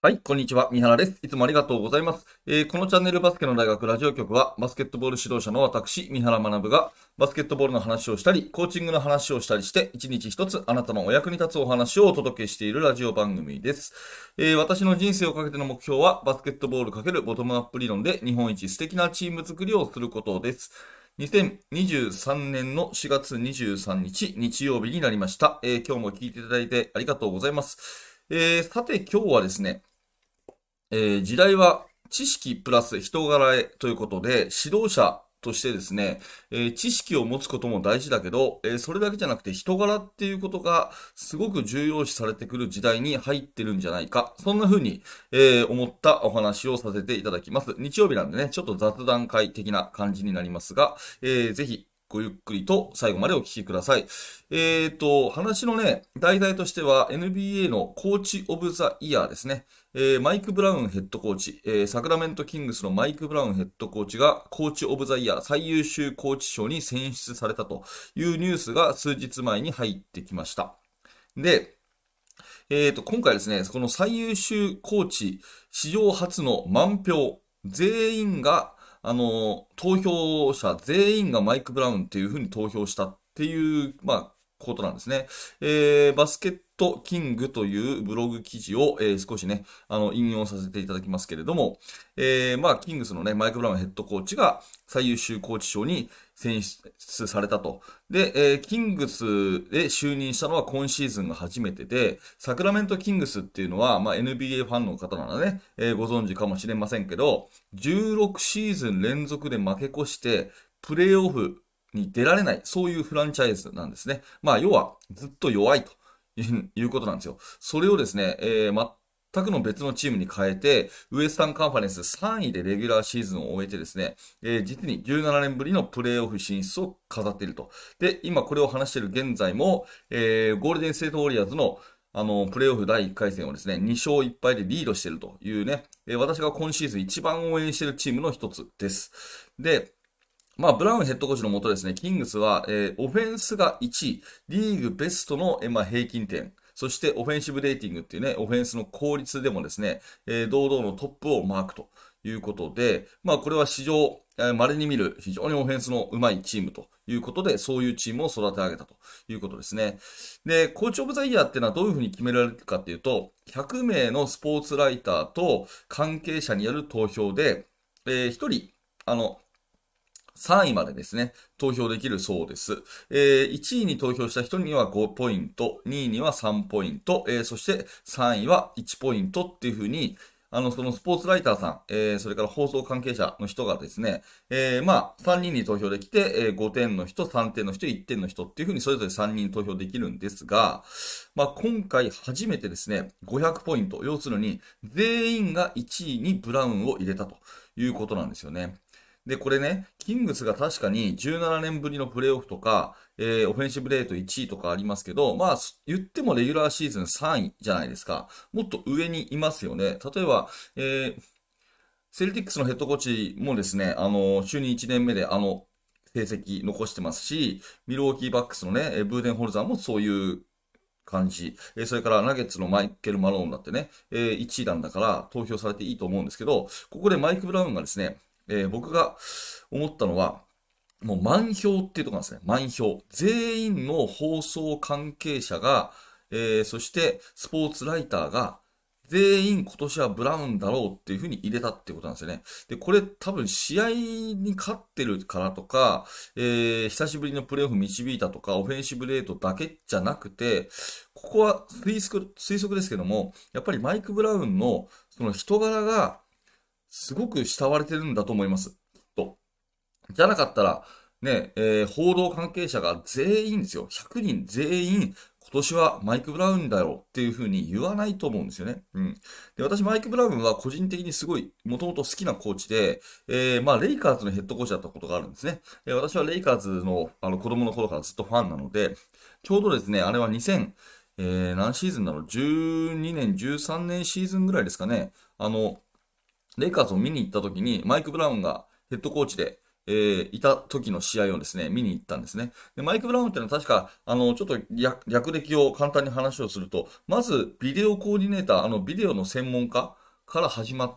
はい、こんにちは。三原です。いつもありがとうございます。このチャンネルバスケの大学ラジオ局は、バスケットボール指導者の私、三原学が、バスケットボールの話をしたり、コーチングの話をしたりして、一日一つあなたのお役に立つお話をお届けしているラジオ番組です。私の人生をかけての目標は、バスケットボール×ボトムアップ理論で日本一素敵なチーム作りをすることです。2023年の4月23日、日曜日になりました。今日も聞いていただいてありがとうございます。さて今日はですね、時代は知識プラス人柄へということで、指導者としてですね、知識を持つことも大事だけど、それだけじゃなくて人柄っていうことがすごく重要視されてくる時代に入ってるんじゃないか。そんな風に、思ったお話をさせていただきます。日曜日なんでね、ちょっと雑談会的な感じになりますが、ぜひごゆっくりと最後までお聞きください。話のね、題材としては NBA のコーチオブザイヤーですね。マイク・ブラウンヘッドコーチ、サクラメント・キングスのマイク・ブラウンヘッドコーチがコーチ・オブ・ザ・イヤー最優秀コーチ賞に選出されたというニュースが数日前に入ってきました。で、今回ですね、この最優秀コーチ史上初の満票、全員が、投票者全員がマイク・ブラウンっていうふうに投票したっていう、ことなんですね。バスケットキングというブログ記事を、少しね、引用させていただきますけれども、キングスのね、マイク・ブラウンヘッドコーチが最優秀コーチ賞に選出されたと。で、キングスで就任したのは今シーズンが初めてで、サクラメントキングスっていうのは、NBA ファンの方ならね、ご存知かもしれませんけど、16シーズン連続で負け越して、プレイオフに出られない、そういうフランチャイズなんですね。要は、ずっと弱いということなんですよ。それをですね、全くの別のチームに変えて、ウエスタンカンファレンス3位でレギュラーシーズンを終えてですね、実に17年ぶりのプレーオフ進出を飾っていると。で、今これを話している現在も、ゴールデンステートウォリアーズのプレイオフ第1回戦をですね、2勝1敗でリードしているというね、私が今シーズン一番応援しているチームの一つです。で、ブラウンヘッドコーチのもとですね、キングスは、オフェンスが1位、リーグベストの、平均点、そしてオフェンシブレーティングっていうね、オフェンスの効率でもですね、堂々のトップをマークということで、これは史上、稀に見る非常にオフェンスの上手いチームということで、そういうチームを育て上げたということですね。で、コーチオブザイヤーっていうのはどういうふうに決められるかっていうと、100名のスポーツライターと関係者による投票で、1人、あの、3位までですね、投票できるそうです。1位に投票した人には5ポイント、2位には3ポイント、そして3位は1ポイントっていう風に、そのスポーツライターさん、それから放送関係者の人がですね、3人に投票できて、5点の人、3点の人、1点の人っていう風にそれぞれ3人投票できるんですが、今回初めてですね、500ポイント、要するに全員が1位にブラウンを入れたということなんですよね。で、これね、キングスが確かに17年ぶりのプレイオフとか、オフェンシブレート1位とかありますけど、言ってもレギュラーシーズン3位じゃないですか。もっと上にいますよね。例えば、セルティックスのヘッドコーチもですね、就任1年目で成績残してますし、ミルウォーキーバックスのね、ブーデンホルザーもそういう感じ。それからナゲッツのマイケル・マローンだってね、1位なんだから投票されていいと思うんですけど、ここでマイク・ブラウンがですね、僕が思ったのは、もう満票っていうところなんですね。満票。全員の放送関係者が、そしてスポーツライターが、全員今年はブラウンだろうっていうふうに入れたっていうことなんですよね。で、これ多分試合に勝ってるからとか、久しぶりのプレーオフ導いたとか、オフェンシブレートだけじゃなくて、ここは推測ですけども、やっぱりマイク・ブラウンのその人柄がすごく慕われてるんだと思います。きっと。じゃなかったら、ね、報道関係者が全員ですよ。100人全員、今年はマイク・ブラウンだよっていうふうに言わないと思うんですよね。うん。で、私、マイク・ブラウンは個人的にすごい、もともと好きなコーチで、レイカーズのヘッドコーチだったことがあるんですね。私はレイカーズの、子供の頃からずっとファンなので、ちょうどですね、あれは2000、何シーズンだろう、12年、13年シーズンぐらいですかね。レイカーズを見に行った時に、マイク・ブラウンがヘッドコーチで、 いた時の試合をですね、見に行ったんですね。で、マイク・ブラウンっていうのは確か、ちょっと略歴を簡単に話をすると、まず、ビデオコーディネーター、ビデオの専門家から始まって、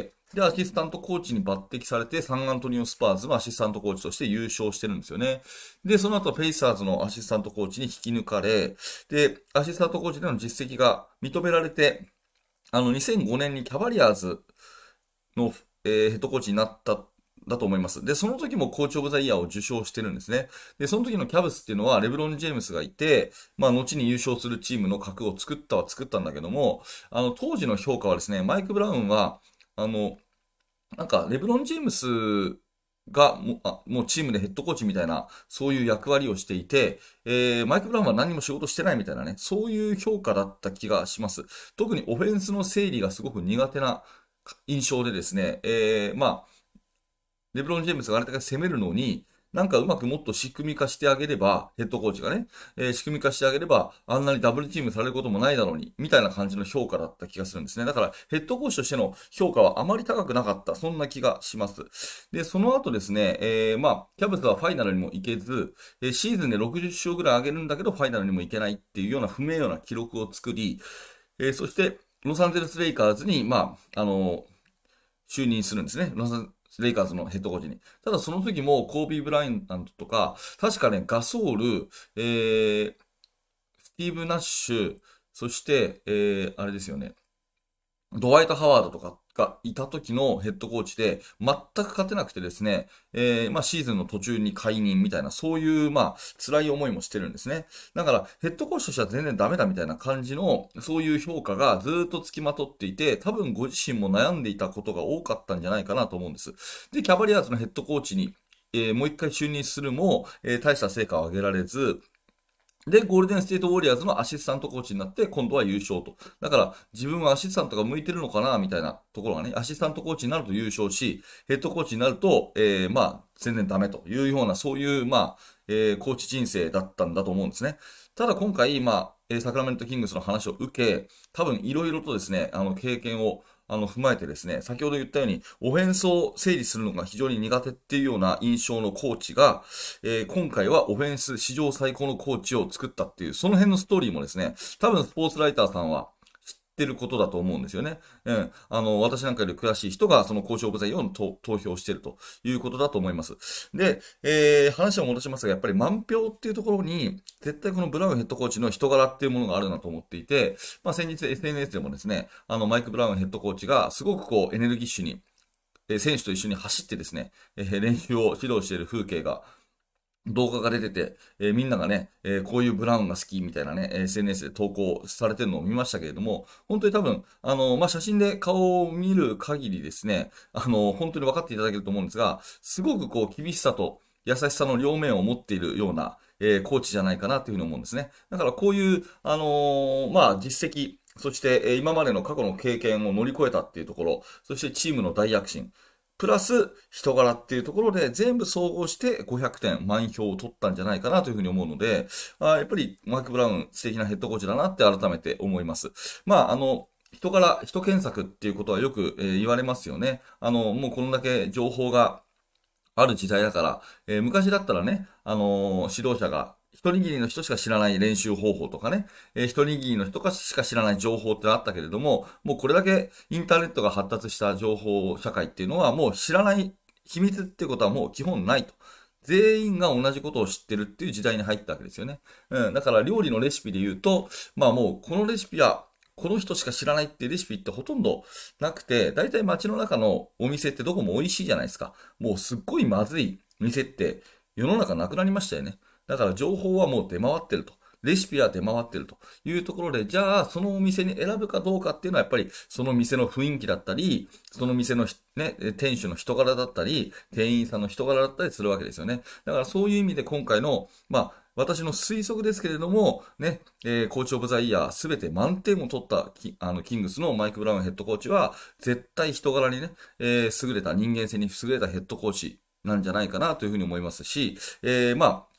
で、アシスタントコーチに抜擢されて、サンアントニオスパーズのアシスタントコーチとして優勝してるんですよね。で、その後、ペイサーズのアシスタントコーチに引き抜かれ、で、アシスタントコーチでの実績が認められて、2005年にキャバリアーズの、ヘッドコーチになっただと思います。で、その時もコーチオブザイヤーを受賞してるんですね。で、その時のキャブスっていうのはレブロン・ジェームスがいて、まあ、後に優勝するチームの核を作ったんだけども、当時の評価はですね、マイク・ブラウンは、あの、なんか、レブロン・ジェームスがもうチームでヘッドコーチみたいな、そういう役割をしていて、マイク・ブラウンは何も仕事してないみたいなね、そういう評価だった気がします。特にオフェンスの整理がすごく苦手な印象でですね、まあ、レブロン・ジェームスがあれだけ攻めるのに、なんかうまくもっと仕組み化してあげれば、ヘッドコーチがね、仕組み化してあげれば、あんなにダブルチームされることもないだろうに、みたいな感じの評価だった気がするんですね。だから、ヘッドコーチとしての評価はあまり高くなかった、そんな気がします。で、その後ですね、まあ、キャブスはファイナルにも行けず、シーズンで60勝ぐらい上げるんだけど、ファイナルにも行けないっていうような不名誉な記録を作り、そして、ロサンゼルス・レイカーズに、まあ、就任するんですね。ロサンレイカーズのヘッドコーチに。ただその時もコービー・ブライアントとか、確かね、ガソール、スティーブ・ナッシュ、そして、あれですよね。ドワイト・ハワードとかがいた時のヘッドコーチで、全く勝てなくてですね、まあシーズンの途中に解任みたいな、そういう、まあ、辛い思いもしてるんですね。だから、ヘッドコーチとしては全然ダメだみたいな感じの、そういう評価がずっと付きまとっていて、多分ご自身も悩んでいたことが多かったんじゃないかなと思うんです。で、キャバリアーズのヘッドコーチに、もう一回就任するも、大した成果を上げられず、で、ゴールデンステートウォリアーズのアシスタントコーチになって、今度は優勝と。だから、自分はアシスタントが向いてるのかな、みたいなところがね、アシスタントコーチになると優勝し、ヘッドコーチになると、まあ、全然ダメというような、そういう、まあ、コーチ人生だったんだと思うんですね。ただ今回、まあ、サクラメントキングスの話を受け、多分いろいろとですね、経験を、踏まえてですね、先ほど言ったように、オフェンスを整理するのが非常に苦手っていうような印象のコーチが、今回はオフェンス史上最高のコーチを作ったっていう、その辺のストーリーもですね、多分スポーツライターさんは知ってることだと思うんですよね。うん。私なんかより詳しい人がそのコーチオブザイヤーを投票しているということだと思います。で、話を戻しますが、やっぱり満票っていうところに、絶対このブラウンヘッドコーチの人柄っていうものがあるなと思っていて、まあ先日 SNS でもですね、マイク・ブラウンヘッドコーチがすごくこうエネルギッシュに、選手と一緒に走ってですね、練習を指導している風景が動画が出てて、みんながね、こういうブラウンが好きみたいなね、SNS で投稿されてるのを見ましたけれども、本当に多分、まあ、写真で顔を見る限りですね、本当に分かっていただけると思うんですが、すごくこう、厳しさと優しさの両面を持っているような、コーチじゃないかなというふうに思うんですね。だからこういう、まあ、実績、そして、今までの過去の経験を乗り越えたっていうところ、そしてチームの大躍進。プラス人柄っていうところで全部総合して500点満票を取ったんじゃないかなというふうに思うので、やっぱりマーク・ブラウン素敵なヘッドコーチだなって改めて思います。まあ、人柄、人検索っていうことはよく、言われますよね。もうこんだけ情報がある時代だから、昔だったらね、指導者が一握りの人しか知らない練習方法とかね、一握りの人しか知らない情報ってあったけれども、もうこれだけインターネットが発達した情報社会っていうのはもう知らない秘密っていうことはもう基本ないと。全員が同じことを知ってるっていう時代に入ったわけですよね。うん。だから料理のレシピで言うと、まあもうこのレシピはこの人しか知らないっていうレシピってほとんどなくて、だいたい街の中のお店ってどこも美味しいじゃないですか。もうすっごいまずい店って世の中なくなりましたよね。だから情報はもう出回ってると。レシピは出回ってるというところで、じゃあそのお店に選ぶかどうかっていうのはやっぱりその店の雰囲気だったり、その店のね、店主の人柄だったり、店員さんの人柄だったりするわけですよね。だからそういう意味で今回の、まあ、私の推測ですけれども、ね、コーチオブザイヤーすべて満点を取ったキングスのマイク・ブラウンヘッドコーチは、絶対人柄にね、優れた人間性に優れたヘッドコーチなんじゃないかなというふうに思いますし、まあ、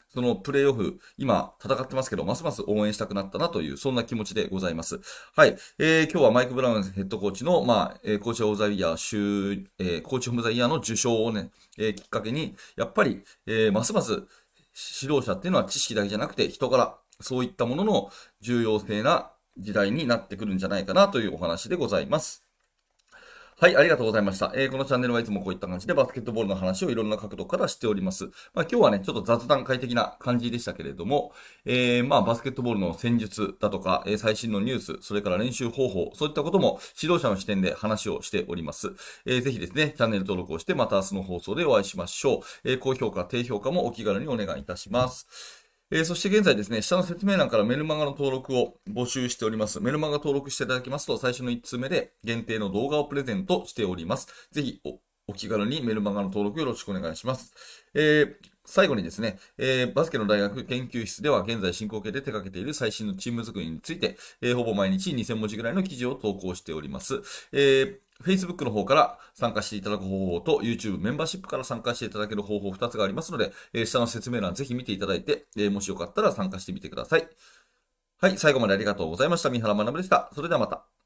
そのプレーオフ、今戦ってますけど、ますます応援したくなったなという、そんな気持ちでございます。はい。今日はマイク・ブラウンヘッドコーチの、コーチオブザイヤーコーチオブザイヤーの受賞をね、きっかけに、やっぱり、ますます指導者っていうのは知識だけじゃなくて人柄、そういったものの重要性な時代になってくるんじゃないかなというお話でございます。はい、ありがとうございました。このチャンネルはいつもこういった感じでバスケットボールの話をいろんな角度からしております。今日はね、ちょっと雑談会的な感じでしたけれども、バスケットボールの戦術だとか、最新のニュース、それから練習方法、そういったことも指導者の視点で話をしております。ぜひですね、チャンネル登録をして、また明日の放送でお会いしましょう。高評価、低評価もお気軽にお願いいたします。そして現在ですね、下の説明欄からメルマガの登録を募集しております。メルマガ登録していただきますと、最初の1通目で限定の動画をプレゼントしております。ぜひお気軽にメルマガの登録よろしくお願いします。最後にですね、バスケの大学研究室では現在進行形で手掛けている最新のチーム作りについて、ほぼ毎日2000文字ぐらいの記事を投稿しております。Facebook の方から参加していただく方法と YouTube メンバーシップから参加していただける方法2つがありますので、下の説明欄ぜひ見ていただいて、もしよかったら参加してみてください。はい、最後までありがとうございました。三原学でした。それではまた。